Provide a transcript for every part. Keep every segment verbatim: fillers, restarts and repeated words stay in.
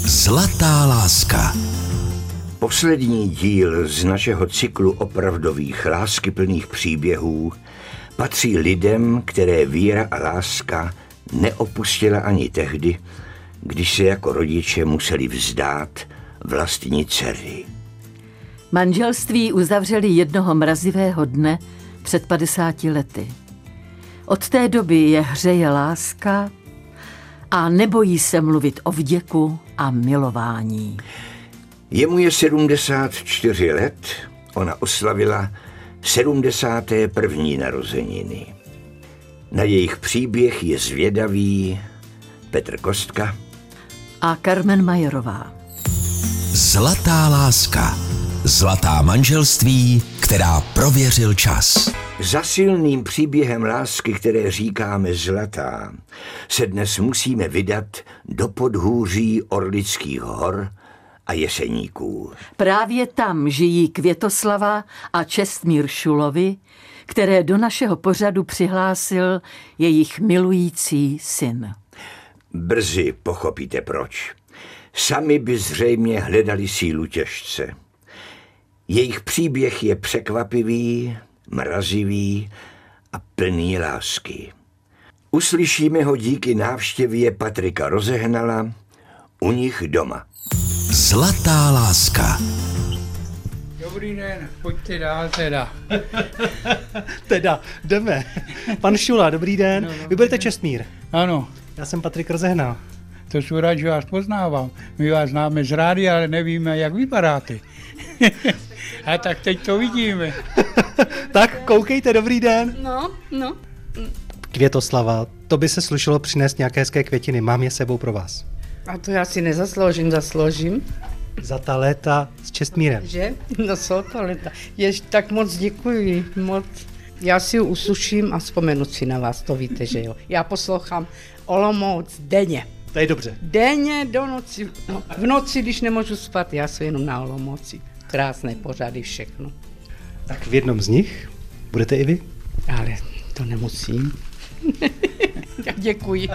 Zlatá láska. Poslední díl z našeho cyklu opravdových láskyplných příběhů patří lidem, které víra a láska neopustila ani tehdy, když se jako rodiče museli vzdát vlastní dcery. Manželství uzavřeli jednoho mrazivého dne před padesáti lety. Od té doby je hřeje láska a nebojí se mluvit o vděku a milování. Jemu je sedmdesát čtyři let, ona oslavila sedmdesáté první narozeniny. Na jejich příběh je zvědavý Petr Kostka a Carmen Majerová. Zlatá láska. Zlatá manželství, která prověřil čas. Za silným příběhem lásky, které říkáme zlatá, se dnes musíme vydat do podhůří Orlických hor a Jeseníků. Právě tam žijí Květoslava a Čestmír Šulovi, které do našeho pořadu přihlásil jejich milující syn. Brzy pochopíte proč. Sami by zřejmě hledali sílu těžce. Jejich příběh je překvapivý, mrazivý a plný lásky. Uslyšíme ho díky návštěvě Patrika Rozehnala u nich doma. Zlatá láska. Dobrý den, pojďte dál teda. Teda, jdeme. Pan Šula, dobrý den. No, no, Vy budete Čestmír. Ano. Já jsem Patrik Rozehnal. To jsem rád, že vás poznávám. My vás známe z rádia, ale nevíme, jak vypadáte. A tak teď to vidíme. Tak, koukejte, dobrý den. No, no. Květoslava, to by se slušelo přinést nějaké hezké květiny. Mám je sebou pro vás. A to já si nezasloužím, zasloužím. Za ta léta s Čestmírem. Že? No jsou to léta. Jež, tak moc děkuji, moc. Já si ji usuším a vzpomenu si na vás, to víte, že jo. Já poslouchám Olomouc denně. To je dobře. Denně do noci. No, v noci, když nemůžu spát, já jsem jenom na Olomouci. Krásné pořady, všechno. Tak v jednom z nich budete i vy? Ale to nemusím. Já děkuji.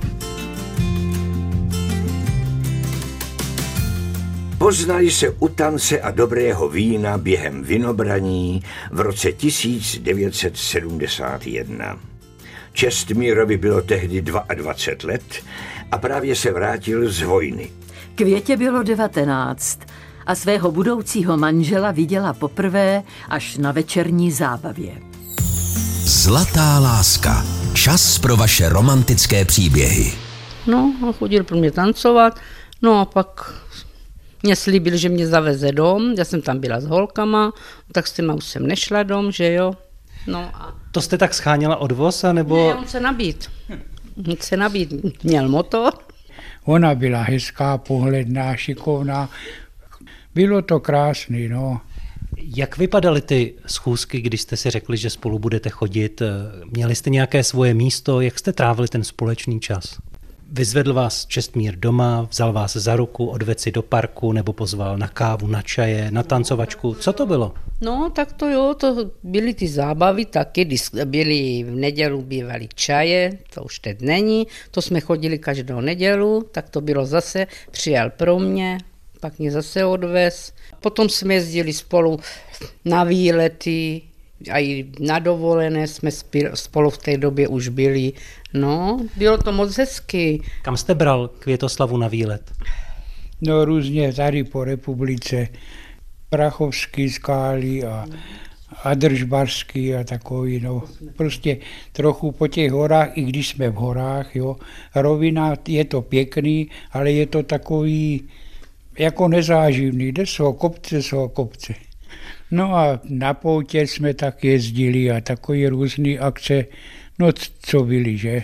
Poznali se u tance a dobrého vína během vinobraní v roce tisíc devět set sedmdesát jedna. Čestmírovi bylo tehdy dvacet dva let a právě se vrátil z vojny. Květě bylo devatenáct a svého budoucího manžela viděla poprvé až na večerní zábavě. Zlatá láska. Čas pro vaše romantické příběhy. No, on chodil pro mě tancovat, no a pak mě slíbil, že mě zaveze dom, já jsem tam byla s holkama, tak s těma už jsem nešla dom, že jo. No a... To jste tak scháněla odvoz, anebo... Ne, on se nabít. On se nabít. Měl motor. Ona byla hezká, pohledná, šikovná. Bylo to krásný, no. Jak vypadaly ty schůzky, když jste si řekli, že spolu budete chodit? Měli jste nějaké svoje místo? Jak jste trávili ten společný čas? Vyzvedl vás Čestmír doma, vzal vás za ruku, odvedl si do parku nebo pozval na kávu, na čaje, na tancovačku. Co to bylo? No, tak to jo, to byly ty zábavy taky, byly v nedělu bývaly čaje, to už teď není, to jsme chodili každou nedělu, tak to bylo zase, přijel pro mě, pak mě zase odvez. Potom jsme jezdili spolu na výlety, a i na dovolené jsme spolu v té době už byli. No, bylo to moc hezky. Kam jste bral Květoslavu na výlet? No různě tady po republice. Prachovský skály a Adržbarský a takový, no. Prostě trochu po těch horách, i když jsme v horách, jo. Rovina je to pěkný, ale je to takový jako nezáživný. Jde z kopce, z kopce. No a na poutě jsme tak jezdili a takové různé akce, no co byly, že?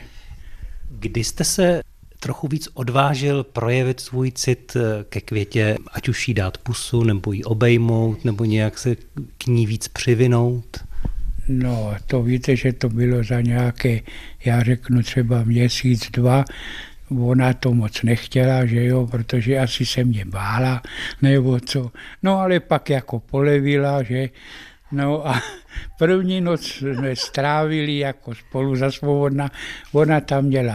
Kdy jste se trochu víc odvážil projevit svůj cit ke Květě, ať už jí dát pusu, nebo ji obejmout, nebo nějak se k ní víc přivinout? No, to víte, že to bylo za nějaké, já řeknu třeba měsíc, dva, ona to moc nechtěla, že jo, protože asi se mě bála, nebo co. No ale pak jako polevila, že. No a první noc jsme strávili jako spolu za svobodna. Ona tam měla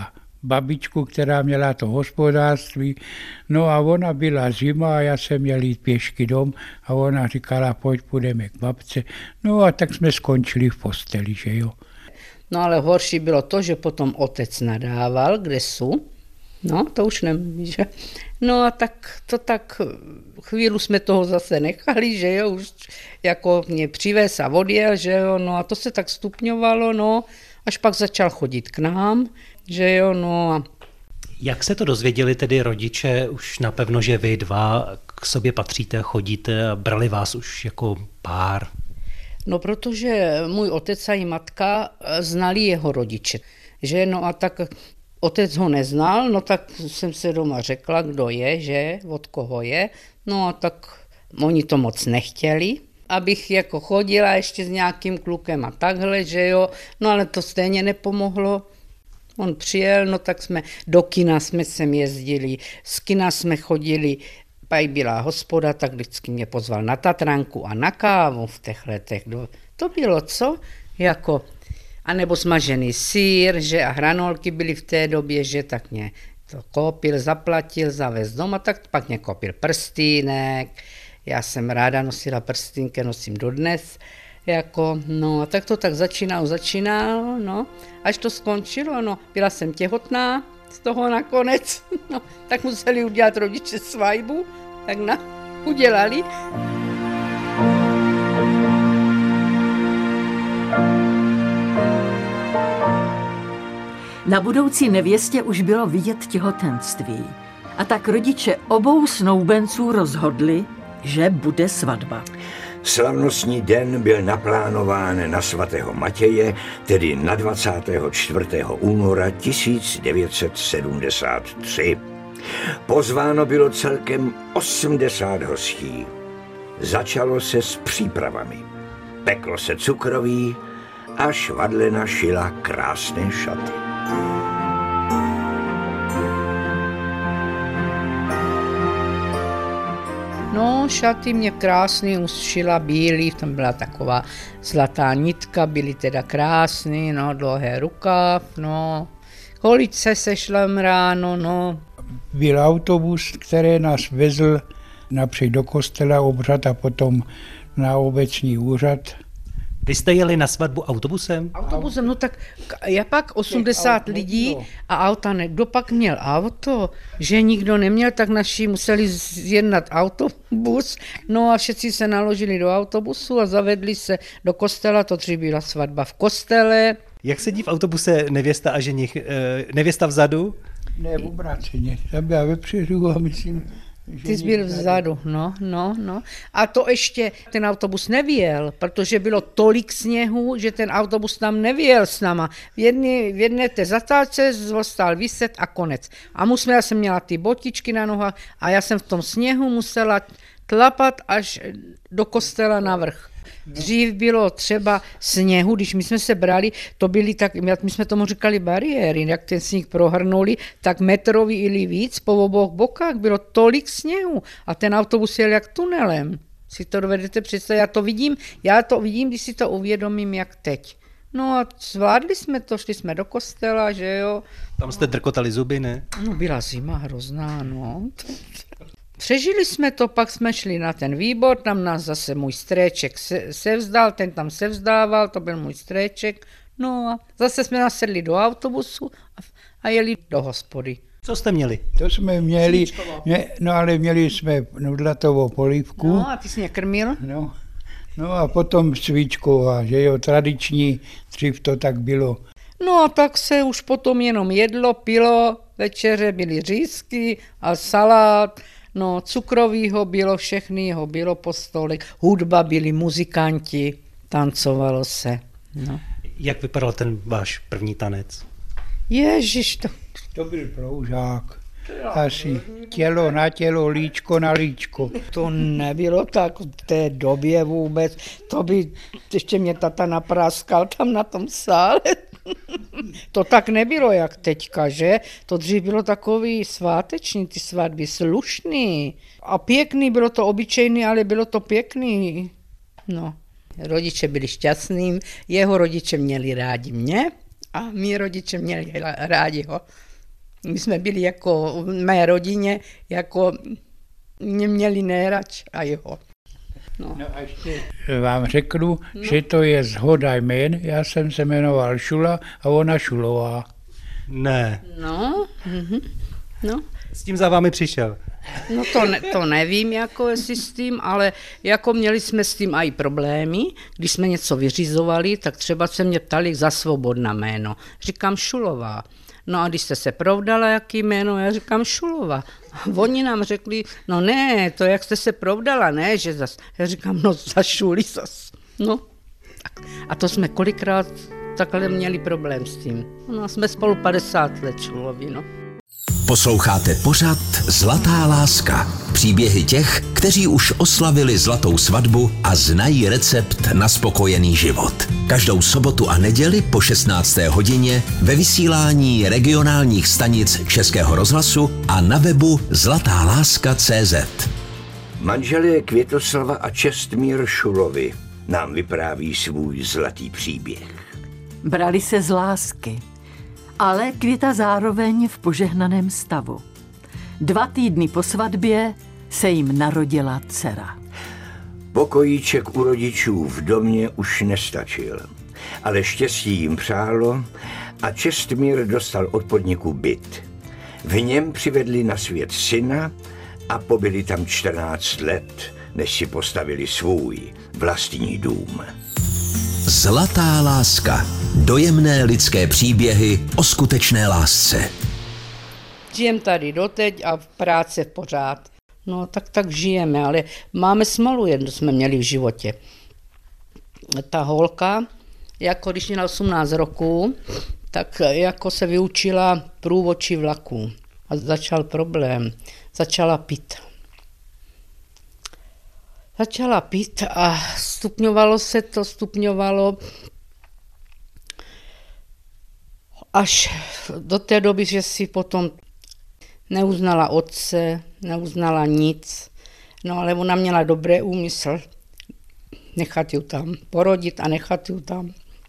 babičku, která měla to hospodářství. No a ona byla zima a já jsem měl jít pěšky dom a ona říkala, pojď, půjdeme k babce. No a tak jsme skončili v posteli, že jo. No ale horší bylo to, že potom otec nadával, kde jsou. No, to už nevím, že? No a tak to tak, chvíli jsme toho zase nechali, že jo, už jako mě přivez a odjel, že jo, no a to se tak stupňovalo, no, až pak začal chodit k nám, že jo, no a... Jak se to dozvěděli tedy rodiče už napevno, že vy dva k sobě patříte, chodíte a brali vás už jako pár? No, protože můj otec a i matka znali jeho rodiče, že no a tak otec ho neznal, no tak jsem se doma řekla, kdo je, že, od koho je, no a tak oni to moc nechtěli, abych jako chodila ještě s nějakým klukem a takhle, že jo, no ale to stejně nepomohlo. On přijel, no tak jsme do kina jsme sem jezdili, z kina jsme chodili, pak byla hospoda, tak vždycky mě pozval na Tatranku a na kávu v těch letech. To bylo co? Jako, anebo smažený sýr, že a hranolky byly v té době, že tak mě to koupil, zaplatil, zavez doma, tak pak mě koupil prstýnek. Já jsem ráda nosila prstýnky, nosím dodnes. Jako, no a tak to tak začínalo, začínalo, no, až to skončilo, no, byla jsem těhotná z toho nakonec, no, tak museli udělat rodiče svatbu, tak na, udělali. Na budoucí nevěstě už bylo vidět těhotenství a tak rodiče obou snoubenců rozhodli, že bude svatba. Slavnostní den byl naplánován na svatého Matěje, tedy na dvacátého čtvrtého února tisíc devět set sedmdesát tři. Pozváno bylo celkem osmdesát hostí. Začalo se s přípravami. Peklo se cukroví a Švadlena šila krásné šaty. No, šaty mě krásný ušila, bílý, tam byla taková zlatá nitka, byly teda krásný, no, dlouhé rukáv, no, kolice sešlem ráno, no. Byl autobus, který nás vezl napřed do kostela obřad a potom na obecní úřad. Vy jste jeli na svatbu autobusem? Autobusem, no tak já pak osmdesát lidí a auta ne. Kdo pak měl auto, že nikdo neměl, tak naši museli zjednat autobus, no a všichni se naložili do autobusu a zavedli se do kostela, to dřív byla svatba v kostele. Jak sedí v autobuse nevěsta a ženich? Nevěsta vzadu? Ne, v obráceně, tam byla vepředu a myslím... Ty jsi byl vzadu, no, no, no. A to ještě ten autobus nevěl, protože bylo tolik sněhu, že ten autobus tam nevěl s náma. V jedné, v jedné té zatáčce zůstal vyset a konec. A musela, já jsem měla ty botičky na nohách a já jsem v tom sněhu musela tlapat až do kostela na vrch. Dřív bylo třeba sněhu, když my jsme se brali, to byly tak, my jsme tomu říkali bariéry, jak ten sníh prohrnuli, tak metrový ili víc, po obou bokách bylo tolik sněhu a ten autobus jel jak tunelem. Si to dovedete představit, já to vidím, já to vidím, když si to uvědomím, jak teď. No a zvládli jsme to, šli jsme do kostela, že jo. Tam jste drkotali zuby, ne? No byla zima hrozná, no. Přežili jsme to, pak jsme šli na ten výbor, tam nás zase můj stréček se, se vzdal, ten tam se vzdával, to byl můj stréček. No a zase jsme nasedli do autobusu a, a jeli do hospody. Co jste měli? To jsme měli, ne, no ale měli jsme nudlatovou polívku. No a ty jsi mě krmil? No, no a potom svíčková, že jo, tradiční, dřív to tak bylo. No a tak se už potom jenom jedlo, pilo, večeře byly řízky a salát. No, cukrovýho bylo, všechnýho bylo po stole, hudba, byli muzikanti, tancovalo se. No. Jak vypadal ten váš první tanec? Ježiš, to... To byl ploužák. Asi tělo na tělo, líčko na líčko. To nebylo tak v té době vůbec. To by ještě mě tata napráskal tam na tom sále. To tak nebylo jak teďka, že? To dřív bylo takový sváteční, ty svatby, slušný. A pěkný, bylo to obyčejný, ale bylo to pěkný. No, rodiče byli šťastní, jeho rodiče měli rádi mě a mý rodiče měli rádi ho. My jsme byli jako v mé rodině, jako mě měli nejrač a jeho. No. no a ještě vám řeknu, no. že to je zhoda jmén. Já jsem se jmenoval Šula a ona Šulová. Ne. No, mhm. no. S tím za vámi přišel. No to, ne, to nevím, jako jestli s tím, ale jako měli jsme s tím i problémy. Když jsme něco vyřizovali, tak třeba se mě ptali za svobodná jméno. Říkám Šulová. No a když jste se provdala, jaký jméno, já říkám Šulova. A oni nám řekli, no ne, to jak jste se provdala, ne, že zas. Já říkám, no za Šuli zas. No, tak. A to jsme kolikrát takhle měli problém s tím. No a jsme spolu padesát let Šulovi, no. Posloucháte pořad Zlatá láska. Příběhy těch, kteří už oslavili zlatou svatbu a znají recept na spokojený život. Každou sobotu a neděli po šestnácté hodině ve vysílání regionálních stanic Českého rozhlasu a na webu zlatá láska tečka cé zet. Manželé Květoslava a Čestmír Šulovi nám vypráví svůj zlatý příběh. Brali se z lásky, ale Květa zároveň v požehnaném stavu. Dva týdny po svatbě se jim narodila dcera. Pokojíček u rodičů v domě už nestačil, ale štěstí jim přálo a Čestmír dostal od podniku byt. V něm přivedli na svět syna a pobyli tam čtrnáct let, než si postavili svůj vlastní dům. Zlatá láska. Dojemné lidské příběhy o skutečné lásce. Žijem tady doteď a v práci pořád. No tak tak žijeme, ale máme smolu, jedno jsme měli v životě. Ta holka, jako když měla osmnáct roků, tak jako se vyučila průvodčí vlaků. A začal problém. Začala pít. Začala pít a stupňovalo se to, stupňovalo až do té doby, že si potom neuznala otce, neuznala nic, no ale ona měla dobrý úmysl nechat ju tam, porodit a nechat ju tam.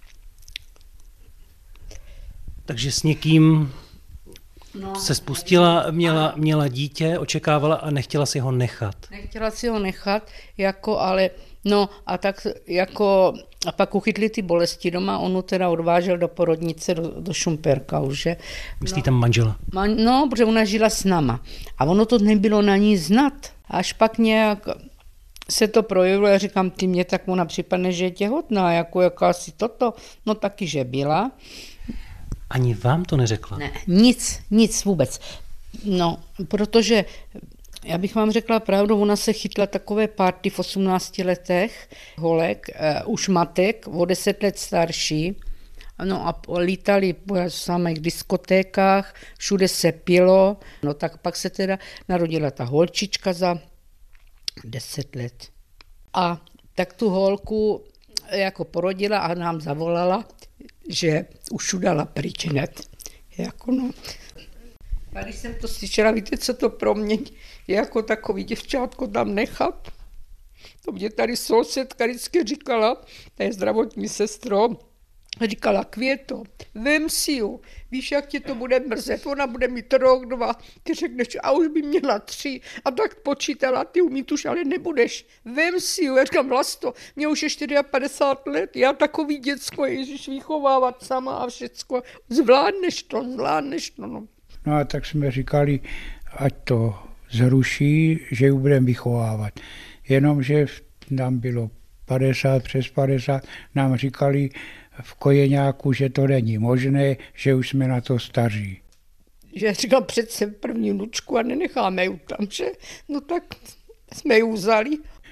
Takže s někým no, se spustila, měla, měla dítě, očekávala a nechtěla si ho nechat. Nechtěla si ho nechat, jako ale, no a tak jako, a pak uchytli ty bolesti doma, on teda odvážel do porodnice, do, do Šumperka už, že. Myslíte no, manžela? Man, no, protože ona žila s náma. A ono to nebylo na ní znat. Až pak nějak se to projevilo, já říkám, ty mě tak ona připadne, že je těhotná, jako jaká si toto, no taky, že byla. Ani vám to neřekla? Ne, nic, nic vůbec. No, protože, já bych vám řekla pravdu, ona se chytla takové party v osmnácti letech, holek, uh, už matek, o deset let starší, no a lítali po samých diskotékách, všude se pilo, no tak pak se teda narodila ta holčička za deset let. A tak tu holku jako porodila a nám zavolala, že už udala pryč hned. Jako no. A když jsem to slyšela, víte, co to pro mě je jako takový děvčátko tam nechat? To mě tady sousedka vždycky říkala, ta je zdravotní sestro, říkala, Květo, vem si ju, víš, jak ti to bude mrzet, ona bude mít rok, dva, ty řekneš, a už by měla tři, a tak počítala, ty umít už, ale nebudeš, vem si ju, já říkám, Vlasto, mě už je padesát čtyři let, já takový děcko, ježiš, vychovávat sama a všecko, zvládneš to, zvládneš to, no. No a tak jsme říkali, ať to zruší, že ji budeme vychovávat, jenomže nám bylo padesát, přes padesát, nám říkali v Kojeňáku, že to není možné, že už jsme na to staří. Že říkám, přece první vnučku a nenecháme ju tam, že? No tak jsme ju vzali.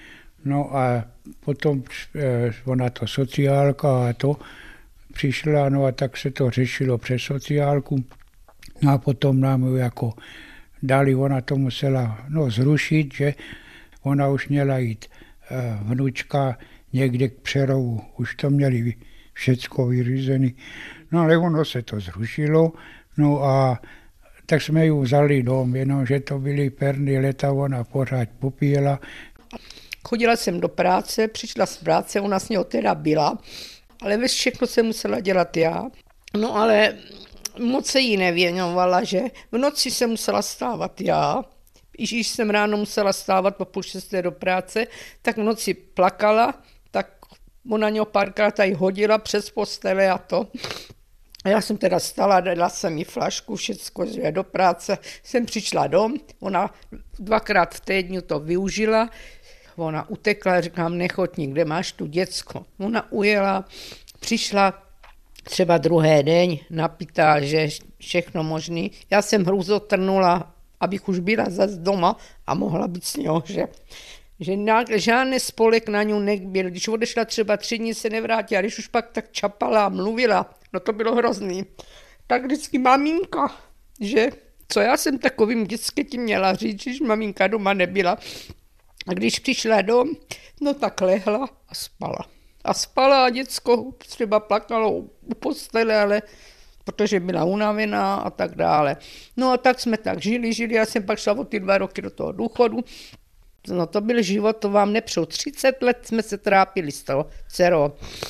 No a potom eh, ona to sociálka a to přišla, no a tak se to řešilo přes sociálku. No a potom nám ju jako dali, ona to musela no, zrušit, že ona už měla jít eh, vnučka někde k Přerovu, už to měli všecko vyřízený. No ale ono se to zrušilo, no a tak jsme ju vzali dom, jenomže to byly perný leta, ona pořád popíjela. Chodila jsem do práce, přišla z práce, ona s něho teda byla, ale veš všechno jsem musela dělat já. No ale moc se jí nevěnovala, že v noci se musela stávat já, když jsem ráno musela stávat po půl šesté do práce, tak v noci plakala, tak ona něho párkrát tady hodila přes postele a to. A já jsem teda stala, dala jsem jí flašku, všecko, že do práce, jsem přišla dom, ona dvakrát v týdnu to využila, ona utekla, říkám, nechoď nikde, máš tu děcko. Ona ujela, přišla třeba druhý den, napitá, že všechno možný. Já jsem hruzotrnula, abych už byla zase doma a mohla být s něho, že, že žádný spolek na ňu nebyl. Když odešla třeba tři dny, se nevrátila, když už pak tak čapala a mluvila, no to bylo hrozný. Tak vždycky maminka, že co já jsem takovým dítětem měla říct, když maminka doma nebyla. A když přišla dom, no tak lehla a spala. A spala a děcko třeba plakalo u postele, ale protože byla unavená a tak dále. No a tak jsme tak žili, žili, já jsem pak šla o ty dva roky do toho důchodu. No to byl život, to vám nepřou. třicet let jsme se trápili s toho dcerou.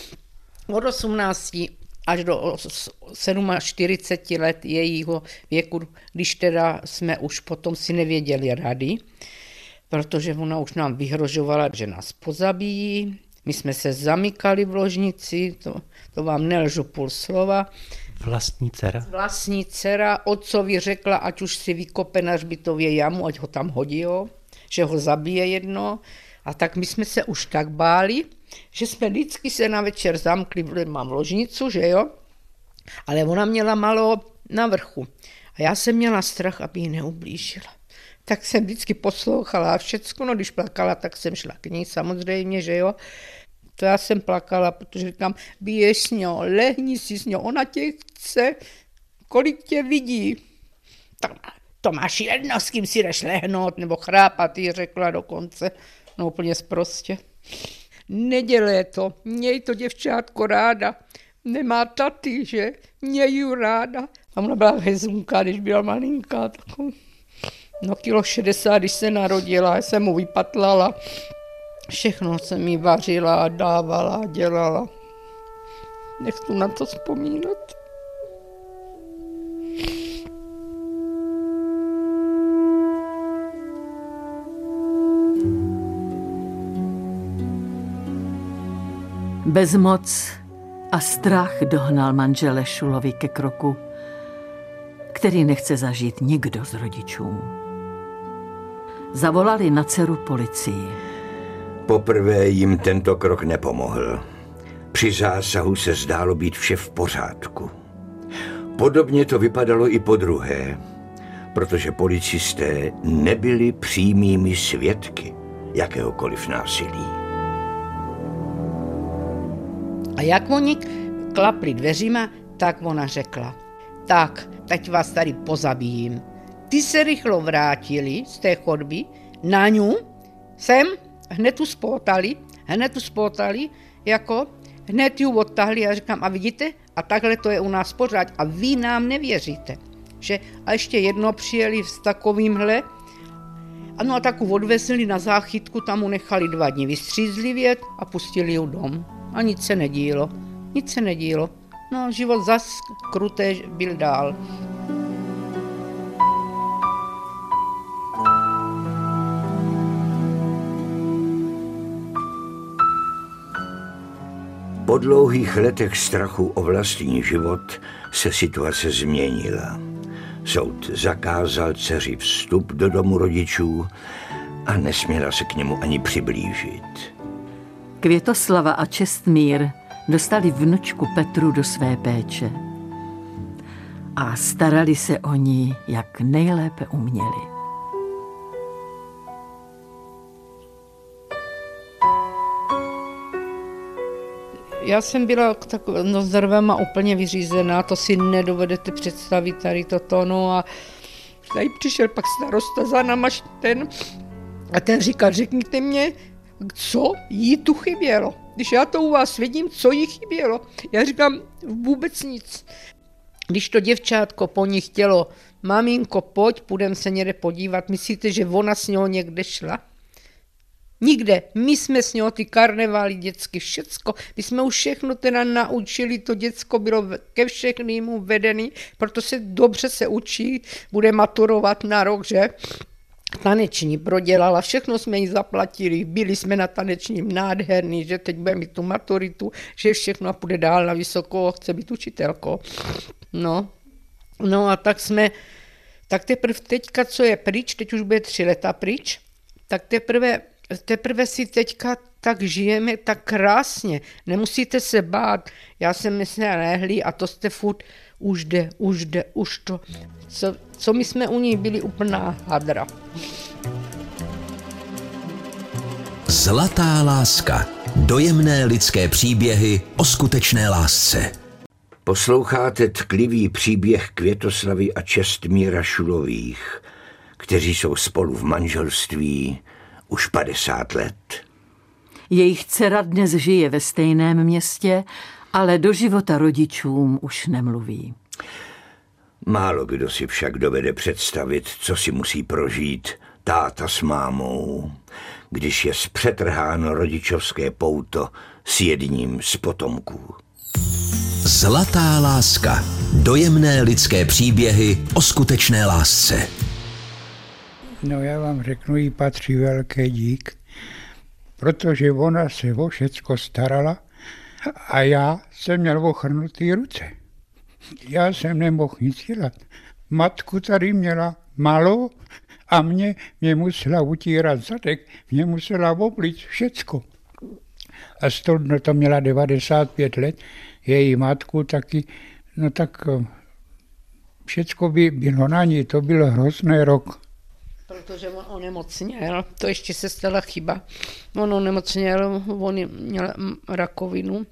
Od osmnácti až do čtyřiceti sedmi let jejího věku, když teda jsme už potom si nevěděli rady, protože ona už nám vyhrožovala, že nás pozabíjí. My jsme se zamykali v ložnici, to, to vám nelžu půl slova. Vlastní dcera? Vlastní dcera otcovi řekla, ať už si vykope na hřbitově jamu, ať ho tam hodí, jo, že ho zabije jedno. A tak my jsme se už tak báli, že jsme vždycky se na večer zamkli, mám ložnicu, že jo, ale ona měla malo na vrchu. A já jsem měla strach, aby ji neublížila. Tak jsem vždycky poslouchala všecko, no když plakala, tak jsem šla k ní samozřejmě, že jo. To já jsem plakala, protože říkám, běž s ňou, lehni si s ňou, ona tě chce, kolik tě vidí. To, to máš jedno, s kým si jdeš lehnout, nebo chrápat, jí řekla dokonce, no úplně sprostě. Nedělej to, měj to děvčátko ráda, nemá taty, že, měj ji ráda. A ona byla hezunka, když byla malinká, taková. No kilo šedesát, když se narodila, jsem mu vypatlala. Všechno jsem jí vařila, dávala, dělala. Nechci na to vzpomínat. Bezmoc a strach dohnal manžele Šulovi ke kroku, který nechce zažít nikdo z rodičů. Zavolali na dceru policii. Poprvé jim tento krok nepomohl. Při zásahu se zdálo být vše v pořádku. Podobně to vypadalo i po druhé, protože policisté nebyli přímými svědky jakéhokoliv násilí. A jak oni klapli dveřima, tak ona řekla, tak, teď vás tady pozabijím. Ty se rychlo vrátili z té chodby, na ňu sem, hned tu spotali, hned tu spotali, jako hned ju odtahli a říkám, a vidíte, a takhle to je u nás pořád a vy nám nevěříte. Že? A ještě jedno přijeli s takovýmhle, ano a takovou odvezli na záchytku, tam mu nechali dva dny vystřízlivět a pustili ju dom. A nic se nedílo, nic se nedílo. No, život zas kruté byl dál. Po dlouhých letech strachu o vlastní život se situace změnila. Soud zakázal dceři vstup do domu rodičů a nesměla se k němu ani přiblížit. Květoslava a Čestmír dostali vnučku Petru do své péče a starali se o ní, jak nejlépe uměli. Já jsem byla tak, no, s nervama úplně vyřízená, to si nedovedete představit tady toto, no a tady přišel pak starosta za náma ten a ten říkal, řekněte mě, co jí tu chybělo. Když já to u vás vidím, co jí chybělo. Já říkám, vůbec nic. Když to děvčátko po ní chtělo, maminko, pojď, půjdem se někde podívat, myslíte, že ona s něho někde šla? Nikde. My jsme s něho ty karnevály dětsky, všecko. My jsme už všechno teda naučili, to děcko bylo ke všechnému vedený, proto se dobře se učí, bude maturovat na rok, že? Taneční prodělala, všechno jsme jí zaplatili, byli jsme na tanečním nádherný, že teď bude mít tu maturitu, že všechno a půjde dál na vysokou, chce být učitelkou. No, no a tak jsme, tak teprve teďka, co je pryč, teď už bude tři leta pryč, tak teprve, teprve si teďka tak žijeme tak krásně, nemusíte se bát, já jsem myslela nehlí a to jste furt, už jde, už jde, už to, co, co my jsme u ní byli úplná hadra. Zlatá láska. Dojemné lidské příběhy o skutečné lásce. Posloucháte tklivý příběh Květoslavy a Čestmíra Šulových, kteří jsou spolu v manželství už padesát let. Jejich dcera dnes žije ve stejném městě, ale do života rodičům už nemluví. Málo kdo si však dovede představit, co si musí prožít táta s mámou, když je zpřetrháno rodičovské pouto s jedním z potomků. Zlatá láska. Dojemné lidské příběhy o skutečné lásce. No já vám řeknu, jí patří velký dík, protože ona se o všecko starala a já jsem měl ochrnutý ruce. Já jsem nemohl nic dělat. Matku tady měla malou a mě, mě musela utírat zadek, mě musela oblít všecko. A z toho, no to měla devadesát pět let, její matku taky, no tak všecko by bylo na ní, to byl hrozný rok. Protože on onemocněl, to ještě se stala chyba. On onemocněl, on měl rakovinu,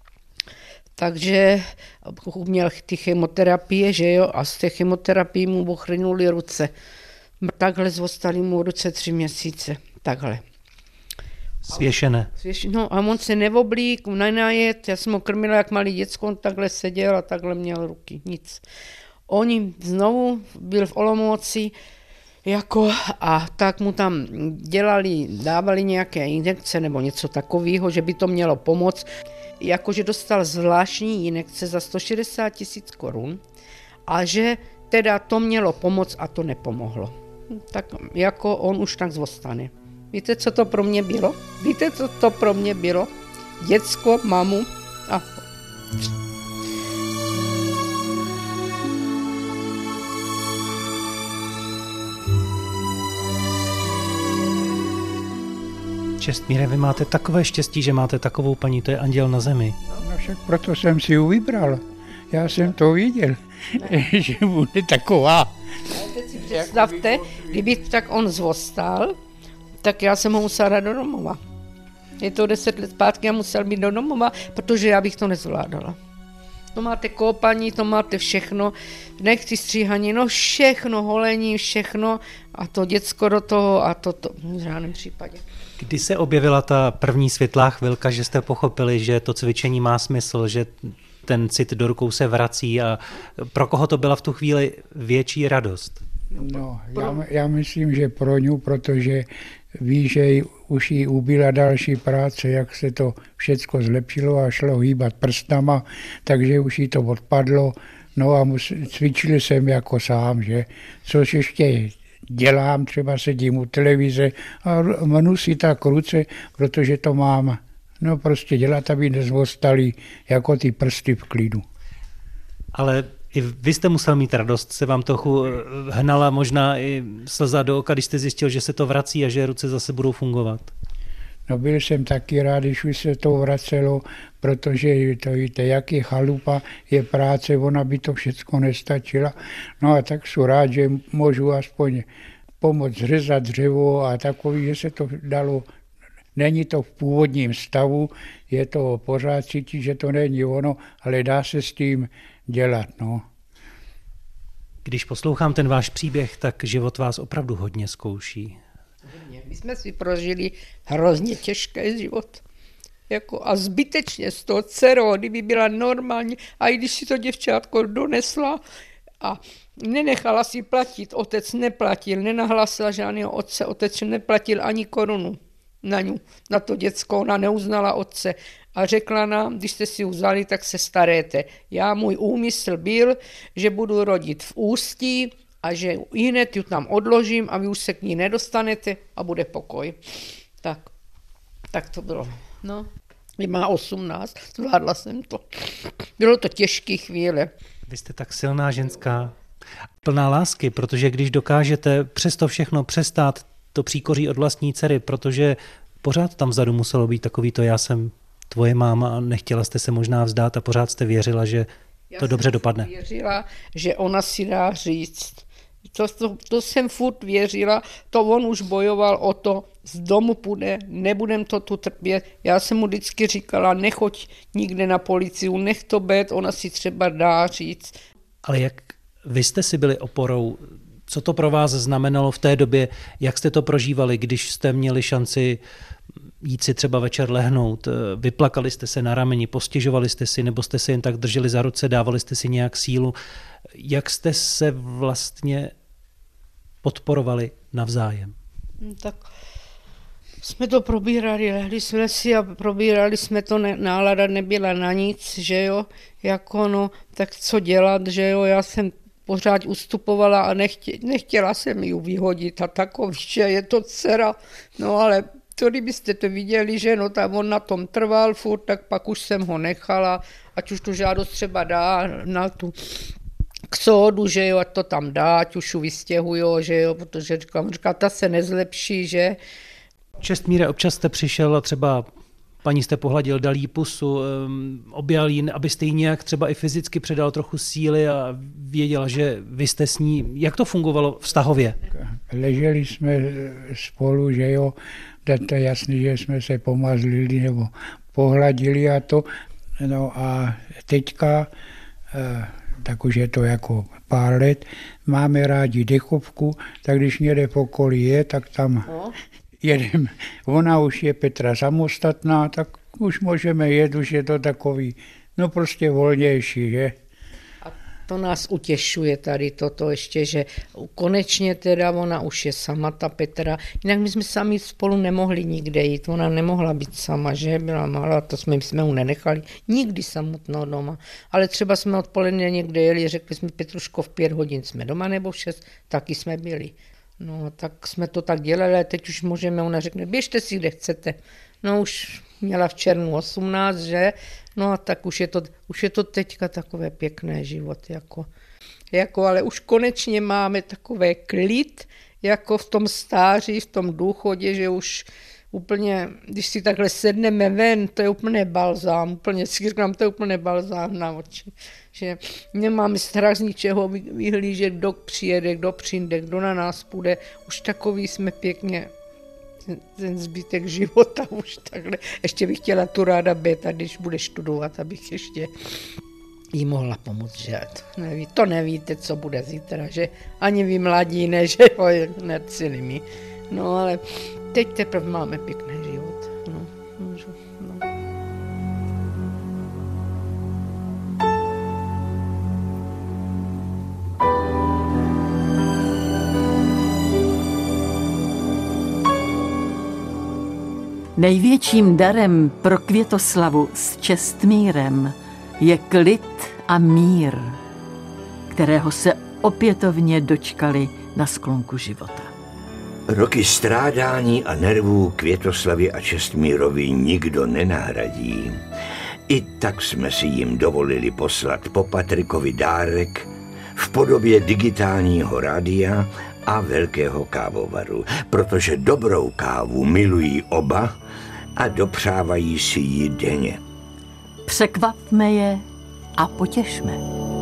takže měl ty chemoterapie, že jo, a z té chemoterapii mu ochrnuli ruce. Takhle zostali mu ruce tři měsíce, takhle. Svěšené. No a on se neoblík, nenajet, já jsem ho krmila jak malý děcko, on takhle seděl a takhle měl ruky, nic. Oni znovu byl v Olomouci, jako, a tak mu tam dělali, dávali nějaké injekce nebo něco takového, že by to mělo pomoct. Jakože dostal zvláštní injekce za sto šedesát tisíc korun a že teda to mělo pomoct a to nepomohlo. Tak jako on už tak zvostane. Víte, co to pro mě bylo? Víte, co to pro mě bylo? Děcko, mamu a... Čestmíre, vy máte takové štěstí, že máte takovou paní, to je anděl na zemi. No však proto jsem si ji vybral. Já jsem to viděl, že bude taková. Ale teď si představte, kdyby tak on zvostal, tak já jsem ho musela dát do domova. Je to deset let zpátky, já musel být do domova, protože já bych to nezvládala. To máte koupaní, to máte všechno, nechci stříhaní, no všechno, holení, všechno a to děcko do toho a to, to v žádném případě. Kdy se objevila ta první světlá chvilka, že jste pochopili, že to cvičení má smysl, že ten cit do rukou se vrací a pro koho to byla v tu chvíli větší radost? No, já, já myslím, že pro ňu, protože ví, že už jí ubýla další práce, jak se to všecko zlepšilo a šlo hýbat prstama, takže už jí to odpadlo. No a mus, cvičil jsem jako sám, že což ještě dělám, třeba sedím u televize a mnu si tak ruce, protože to mám no prostě dělat, aby nezvostali jako ty prsty v klidu. Ale i vy jste musel mít radost, se vám trochu hnala možná i slza do oka, když jste zjistil, že se to vrací a že ruce zase budou fungovat. No byl jsem taky rád, když už se to vracelo, protože to víte, jak je chalupa, je práce, ona by to všecko nestačila. No a tak jsem rád, že můžu aspoň pomoct řezat dřevo a takový, že se to dalo. Není to v původním stavu, je to pořád cítit, že to není ono, ale dá se s tím dělat. No. Když poslouchám ten váš příběh, tak život vás opravdu hodně zkouší. My jsme si prožili hrozně těžký život. Jako a zbytečně z toho dcerou, kdyby byla normální, a i když si to děvčátko donesla a nenechala si platit, otec neplatil, nenahlásila žádného otce, otec neplatil ani korunu. na ňu, na to děcko, ona neuznala otce. A řekla nám, když jste si vzali, tak se staréte. Já, můj úmysl byl, že budu rodit v Ústí a že hned ju tam odložím a vy už se k ní nedostanete a bude pokoj. Tak, tak to bylo. No, má osmnáct, zvládla jsem to. Bylo to těžké chvíle. Vy jste tak silná ženská, plná lásky, protože když dokážete přesto všechno přestát to příkoří od vlastní dcery, protože pořád tam vzadu muselo být takový to já jsem tvoje máma a nechtěla jste se možná vzdát a pořád jste věřila, že to já dobře dopadne. Já věřila, že ona si dá říct. To, to, to jsem furt věřila, to on už bojoval o to, z domu půjde, nebudem to tu trpět. Já jsem mu vždycky říkala, nechoď nikde na policiu, nech to být, ona si třeba dá říct. Ale jak vy jste si byli oporou, co to pro vás znamenalo v té době, jak jste to prožívali, když jste měli šanci jít si třeba večer lehnout, vyplakali jste se na rameni, postěžovali jste si, nebo jste se jen tak drželi za ruce, dávali jste si nějak sílu. Jak jste se vlastně podporovali navzájem? Tak jsme to probírali, lehli jsme si a probírali jsme to, ne, nálada nebyla na nic, že jo, jako no, tak co dělat, že jo, já jsem pořád ustupovala a nechtě, nechtěla jsem ji vyhodit a takový, že je to dcera, no ale to, kdybyste to viděli, že no tam on na tom trval furt, tak pak už jsem ho nechala, ať už tu žádost třeba dá na tu k soudu, že jo, ať to tam dá, ať už ju vystěhujou, že jo, protože říkám, říká, ta se nezlepší, že. Čestmíre, občas jste přišel a třeba paní jste pohladil, dal jí pusu, objal jí, abyste jí nějak třeba i fyzicky předal trochu síly a věděla, že vy jste s ní. Jak to fungovalo vztahově? Leželi jsme spolu, že jo, to je jasný, že jsme se pomazlili nebo pohladili a to. No a teďka, tak už je to jako pár let, máme rádi dechovku, tak když někde v okolí je, tak tam jedeme. Ona už je Petra samostatná, tak už můžeme jet, už je to takový, no prostě volnější, že? A to nás utěšuje tady toto ještě, že konečně teda ona už je sama, ta Petra. Jinak my jsme sami spolu nemohli nikde jít, ona nemohla být sama, že? Byla malá, to jsme, jsme ju nenechali nikdy samotnou doma. Ale třeba jsme odpoledne někde jeli, řekli jsme Petruško, v pět hodin jsme doma nebo v šest, taky jsme byli. No, tak jsme to tak dělali, a teď už můžeme, ona řekne, běžte si, kde chcete. No, už měla v červnu osmnáct, že? No a tak už je to, už je to teďka takové pěkné život, jako, jako, ale už konečně máme takové klid, jako v tom stáří, v tom důchodě, že už úplně, když si takhle sedneme ven, to je úplně balzám, úplně si říkám, to je úplně balzám na oči. Že nemáme strach z ničeho vyhlížet, kdo přijede, kdo přijde, kdo na nás půjde. Už takový jsme pěkně, ten, ten zbytek života už takhle. Ještě bych chtěla tu ráda být, a když bude studovat, abych ještě jí mohla pomoct, že to, neví, to nevíte, co bude zítra, že ani vy mladí ne, že jo, necili mi. No ale teď teprve máme pěkný život. No, můžu, no. Největším darem pro Květoslavu s Čestmírem je klid a mír, kterého se opětovně dočkali na sklonku života. Roky strádání a nervů Květoslavě a Čestmírovi nikdo nenahradí. I tak jsme si jim dovolili poslat po Patrikovi dárek v podobě digitálního rádia a velkého kávovaru, protože dobrou kávu milují oba a dopřávají si ji denně. Překvapme je a potěšme.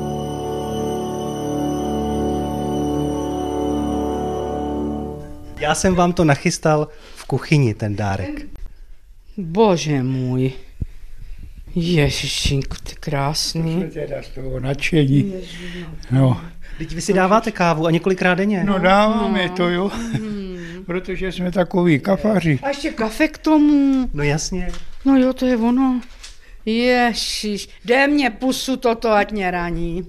Já jsem vám to nachystal v kuchyni, ten dárek. Bože můj. Ježišinku, ty krásný. To teda z toho nadšení. No. Teď vy si dáváte kávu a několikrát denně? No dáváme to, jo. Protože jsme takový kafaři. A ještě kafe k tomu. No jasně. No jo, to je ono. Ježiš, dej mě pusu toto, ať mě raní.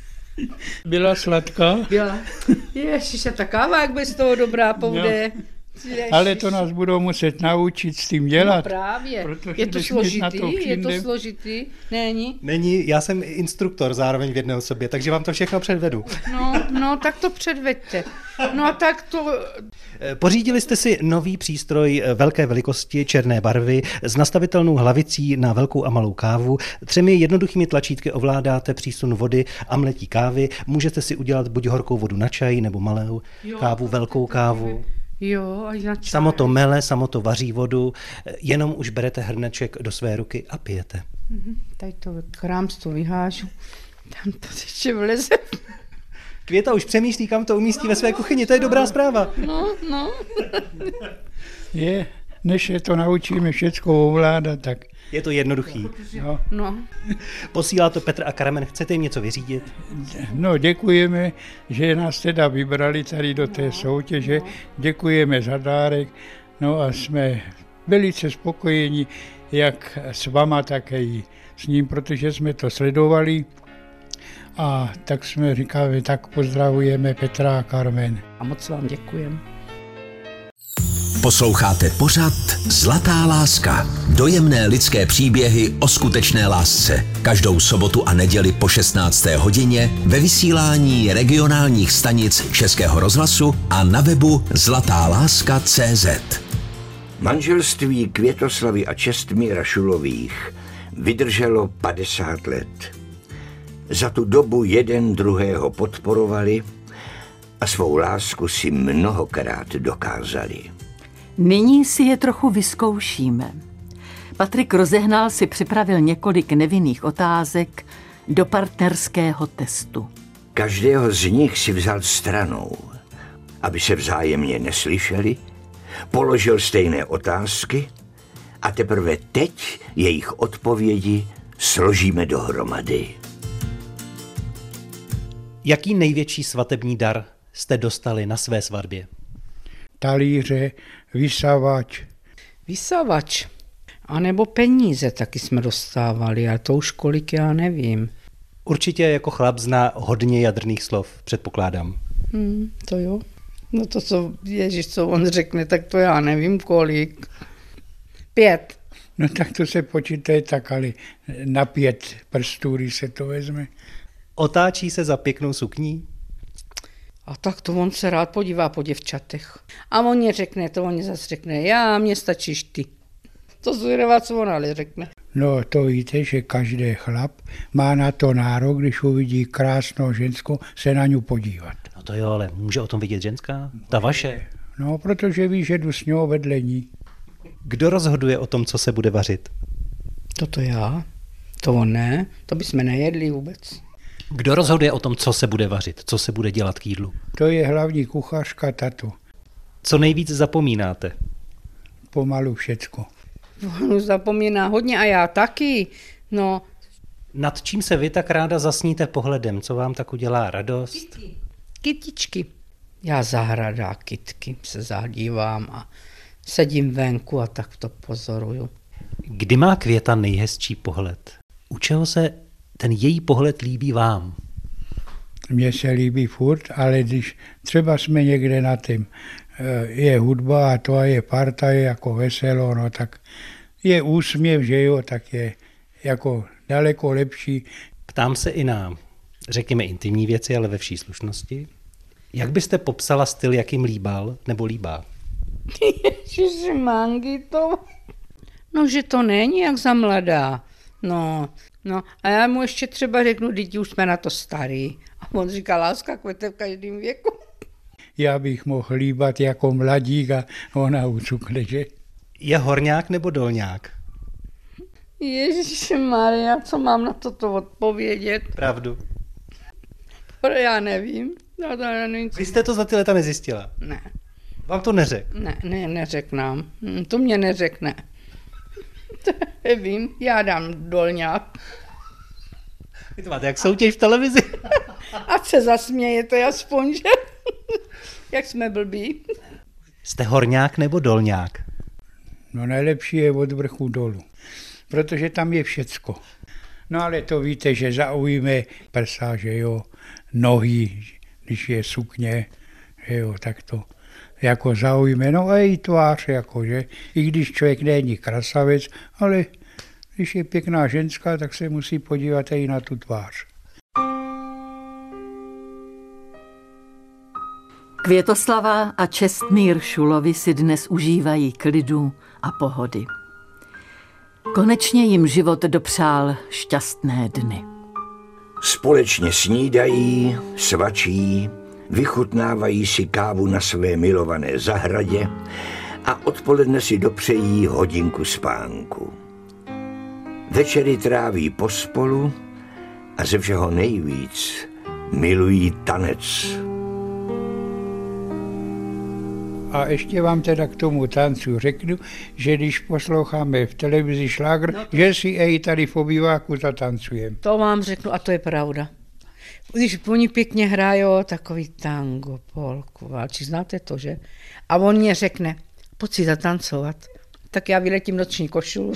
Byla sladká? Byla. Ježiš, a ta káva, jak bez toho dobrá povde. Ale to nás budou muset naučit s tím dělat. No právě, je to když složitý, na to je to přijdem- složitý, není? Není, já jsem instruktor zároveň v jedné osobě, takže vám to všechno předvedu. No, no, tak to předveďte. No a tak to, Pořídili jste si nový přístroj velké velikosti, černé barvy, s nastavitelnou hlavicí na velkou a malou kávu. Třemi jednoduchými tlačítky ovládáte přísun vody a mletí kávy. Můžete si udělat buď horkou vodu na čaj, nebo malou kávu, velkou kávu. jo, až na čaj. Samo to mele, samo to vaří vodu, jenom už berete hrneček do své ruky a pijete. Tady to krám to vyhážu, tam to ještě vleze. Květa už přemýšlí, kam to umístí ve své kuchyni, to je dobrá zpráva. No, no. Je, než je to naučíme všecko ovládat, tak Je to jednoduchý. no, No, Posílá to Petr a Karamen, chcete jim něco vyřídit? no děkujeme, že nás teda vybrali tady do té soutěže, děkujeme za dárek, no a jsme velice spokojeni, jak s váma, tak i s ním, protože jsme to sledovali a tak jsme říkali, tak pozdravujeme Petra a Carmen. a moc vám děkujem. Posloucháte pořad Zlatá láska. Dojemné lidské příběhy o skutečné lásce. Každou sobotu a neděli po šestnácté hodině ve vysílání regionálních stanic Českého rozhlasu a na webu zlatáláska tečka cé zet. Manželství Květoslavy a Čestmíra Šulových vydrželo padesát let. Za tu dobu jeden druhého podporovali a svou lásku si mnohokrát dokázali. Nyní si je trochu vyzkoušíme. Patrik Rozehnal si připravil několik nevinných otázek do partnerského testu. Každého z nich si vzal stranou, aby se vzájemně neslyšeli, položil stejné otázky a teprve teď jejich odpovědi složíme dohromady. Jaký největší svatební dar jste dostali na své svatbě? Talíře, vysavač, Vysavač. A nebo peníze taky jsme dostávali, ale to už kolik já nevím. Určitě jako chlap zná hodně jadrných slov, předpokládám. Hmm, to jo. No to, co Ježíš, co on řekne, tak to já nevím kolik. Pět. no tak to se počítaje tak, ale na pět prstů, když se to vezme. Otáčí se za pěknou sukní? A tak to on se rád podívá po děvčatech. A on je řekne, to on je zase řekne, já, mně stačíš ty. To zvědavá, co on ale řekne. No to víte, že každý chlap má na to nárok, když uvidí krásnou ženskou, se na ňu podívat. No to jo, ale může o tom vidět ženská? Ta vaše? No, protože ví, že jdu s ňou vedle ní. Kdo rozhoduje o tom, co se bude vařit? Toto já? To on ne, to bychom nejedli vůbec. Kdo rozhoduje o tom, co se bude vařit, co se bude dělat k jídlu? To je hlavní kuchařka tato. Co nejvíc zapomínáte? Pomalu všecko. On zapomíná hodně a já taky. No, Nad čím se vy tak ráda zasníte pohledem? Co vám tak udělá radost? kytičky. Já zahrada kytky se zadívám a sedím venku a tak to pozoruju. Kdy má Květa nejhezčí pohled? U čeho se ten její pohled líbí vám? Mně se líbí furt, ale když třeba jsme někde na tím, je hudba a to je parta, je jako veselo, no tak je úsměv, že jo, tak je jako daleko lepší. Ptám se i na, řekněme, intimní věci, ale ve vší slušnosti. Jak byste popsala styl, jakým líbal nebo líbá? Ježiši, mangi to. No, že to není jak za mladá. No, no a já mu ještě třeba řeknu, děti už jsme na to starý. A on říká, láska kvete v každém věku. Já bych mohl líbat jako mladík a ona ucukne, že? Je horňák nebo dolňák? Ježiši Maria, co mám na toto odpovědět? Pravdu. Já nevím. Já to nevím. Vy jste to za ty leta nezjistila? Ne, Vám to neřek? ne, ne, neřeknám. Hm, to mě neřekne. To nevím, já dám dolňák. Vy to máte jak soutěž v televizi. Ať se zasmějete aspoň, že? Jak jsme blbí. Jste horňák nebo dolňák? No nejlepší je od vrchu dolů, protože tam je všecko. No ale to víte, že zaujíme prsa, že jo, nohy, když je sukně, že jo, tak to jako zaujme, no a její tvář, jakože, i když člověk není krasavec, ale když je pěkná ženská, tak se musí podívat i na tu tvář. Květoslava a Čestmír Šulovi si dnes užívají klidu a pohody. Konečně jim život dopřál šťastné dny. Společně snídají, svačí, vychutnávají si kávu na své milované zahradě a odpoledne si dopřejí hodinku spánku. Večery tráví pospolu a ze všeho nejvíc milují tanec. A ještě vám teda k tomu tancu řeknu, že když posloucháme v televizi šlágr, no to... že si i tady v obýváku zatancujeme. To vám řeknu a to je pravda. Když oni pěkně hrajou takový tango, polku, válči, znáte to, že? A on mě řekne, pojď si zatancovat. Tak já vyletím noční košulu,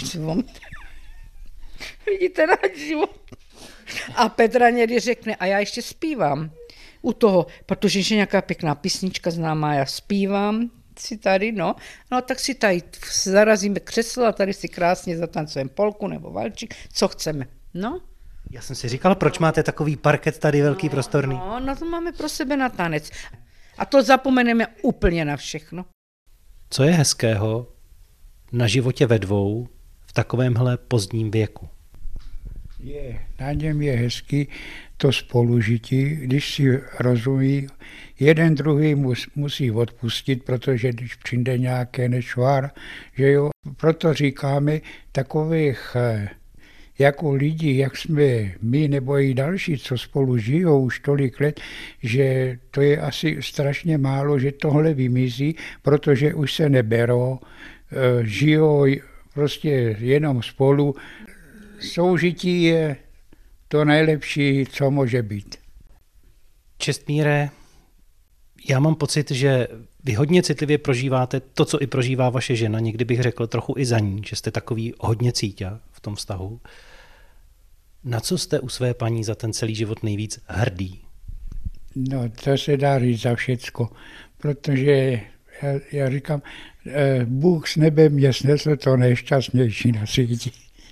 vidíte na život. A Petra někdy řekne, a já ještě zpívám. U toho, protože je nějaká pěkná písnička známá, já zpívám si tady, no, no tak si tady zarazíme křeslo a tady si krásně zatancujeme polku nebo valčík, co chceme, no. Já jsem si říkal, proč máte takový parket tady velký, no, prostorný? No, no to máme pro sebe na tanec. A to zapomeneme úplně na všechno. Co je hezkého na životě ve dvou v takovémhle pozdním věku? Je, na něm je hezký to spolužití, když si rozumí, jeden druhý mus, musí odpustit, protože když přijde nějaké nešvár, že jo, proto říkáme takových jako lidi, jak jsme my nebo i další, co spolu žijou už tolik let, že to je asi strašně málo, že tohle vymizí, protože už se neberou, žijou prostě jenom spolu. Soužití je to nejlepší, co může být. Čestmíre, já mám pocit, že vy hodně citlivě prožíváte to, co i prožívá vaše žena. Někdy bych řekl trochu i za ní, že jste takový hodně cíťa v tom vztahu. Na co jste u své paní za ten celý život nejvíc hrdý? No, to se dá říct za všecko, protože já, já říkám, eh, Bůh s nebem mě snesl to nejšťastnější na světě.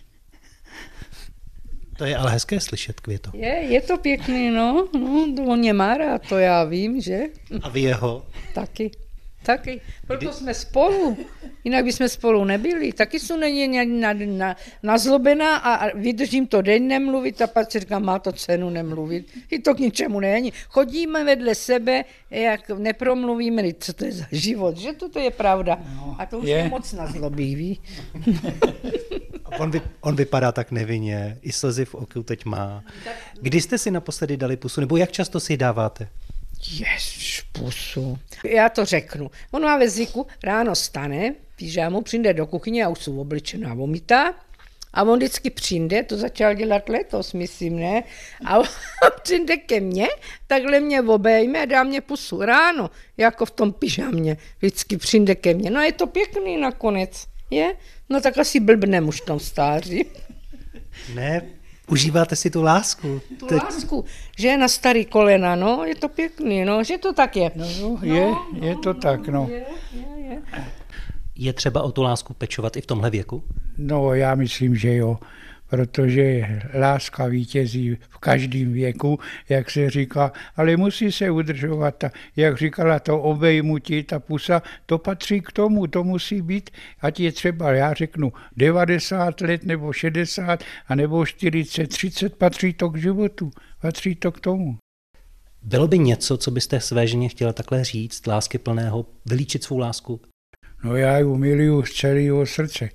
To je ale hezké slyšet, Květo. Je, je to pěkný, no, no, on mě má rád, to já vím, že? A vy jeho? Taky, taky, proto jsme spolu, jinak bychom spolu nebyli, taky jsou není na, na, nazlobená a vydržím to den nemluvit a pak si říkám, má to cenu nemluvit, i to k ničemu není. Chodíme vedle sebe, jak nepromluvíme, co to je za život, že to, to je pravda. No, a to už je, je moc nazlobí, ví? On, vy, on vypadá tak nevinně, i slzy v oku teď má. Kdy jste si naposledy dali pusu, nebo jak často si ji dáváte? Ježiš, pusu. Já to řeknu. On má ve zvyku, ráno stane, pyžámu, přijde do kuchyně, já už jsem obličená vomita, a on vždycky přijde, to začal dělat letos, myslím, ne? A on přijde ke mně, takhle mě obejme a dá mě pusu ráno, jako v tom pyžamě. Vždycky přijde ke mně. No je to pěkný nakonec, je? No tak asi blbnem už v tom stáří. Ne, užíváte si tu lásku. Tu Teď... lásku, že je na starý kolena, no, je to pěkný, no, že to tak je. No, no je, no, je to tak, no. Je, je, je. Je třeba o tu lásku pečovat i v tomhle věku? No, já myslím, že jo, protože láska vítězí v každém věku, jak se říká, ale musí se udržovat, ta, jak říkala, to obejmutí, ta pusa, to patří k tomu, to musí být, ať je třeba, já řeknu, devadesát let nebo šedesát, a nebo čtyřicet, třicet, patří to k životu, patří to k tomu. Bylo by něco, co byste své ženě chtěla takhle říct, lásky plného, vylíčit svou lásku? No já ji miluju z celého srdce.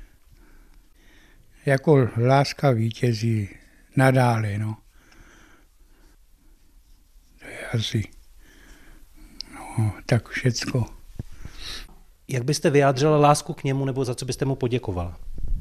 Jako láska vítězí nadále, no. To je asi, no, tak všecko. Jak byste vyjádřila lásku k němu, nebo za co byste mu poděkovala?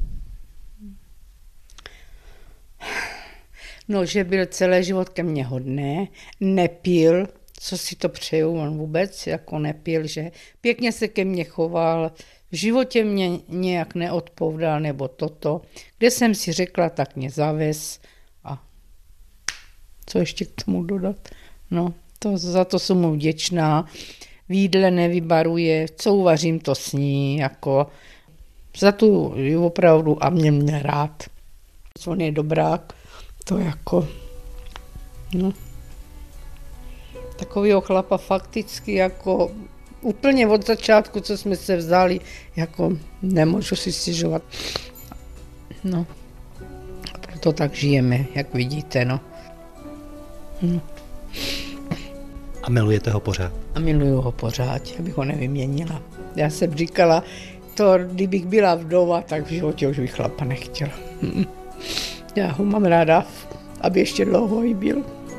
No, že byl celý život ke mně hodný, nepil, co si to přeju, on vůbec jako nepil, že pěkně se ke mně choval, v životě mě nějak neodpovídal nebo toto. Kde jsem si řekla, tak mě zavez. A co ještě k tomu dodat? No, to, za to jsem mu vděčná. v jídle nevybaruje, co uvařím, to sní, jako za tu opravdu a mě mě rád. On je dobrák, to jako, no, takovýho chlapa fakticky jako úplně od začátku, co jsme se vzali, jako nemůžu si stěžovat. No, a proto tak žijeme, jak vidíte, no. no. A milujete ho pořád? A miluju ho pořád, abych ho nevyměnila. Já jsem říkala, to, kdybych byla vdova, tak v životě už bych chlapa nechtěla. Já ho mám ráda, aby ještě dlouho jí byl.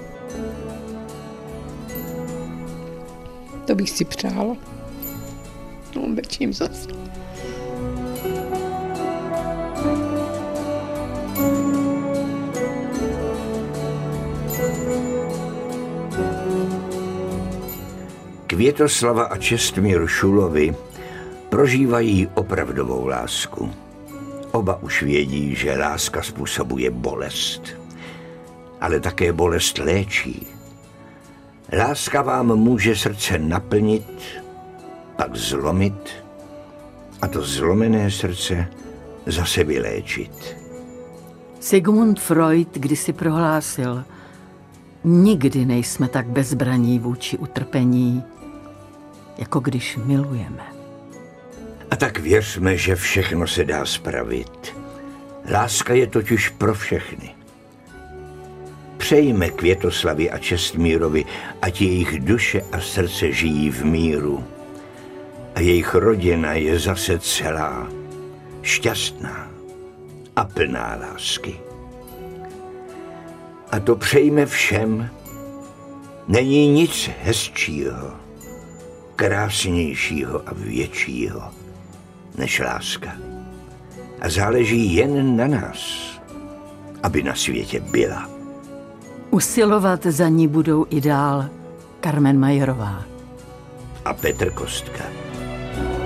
To bych si přála. No, bečím zase. Květoslava a Čestmír Šulovi prožívají opravdovou lásku. Oba už vědí, že láska způsobuje bolest, ale také bolest léčí. Láska vám může srdce naplnit, pak zlomit a to zlomené srdce zase vyléčit. Sigmund Freud kdysi prohlásil, nikdy nejsme tak bezbraní vůči utrpení, jako když milujeme. A tak věřme, že všechno se dá spravit. Láska je totiž pro všechny. Přejme Květoslavě a Čestmírovi, ať jejich duše a srdce žijí v míru. A jejich rodina je zase celá, šťastná a plná lásky. A to přejme všem. Není nic hezčího, krásnějšího a většího než láska. A záleží jen na nás, aby na světě byla. Usilovat za ní budou i dál Carmen Majerová a Petr Kostka.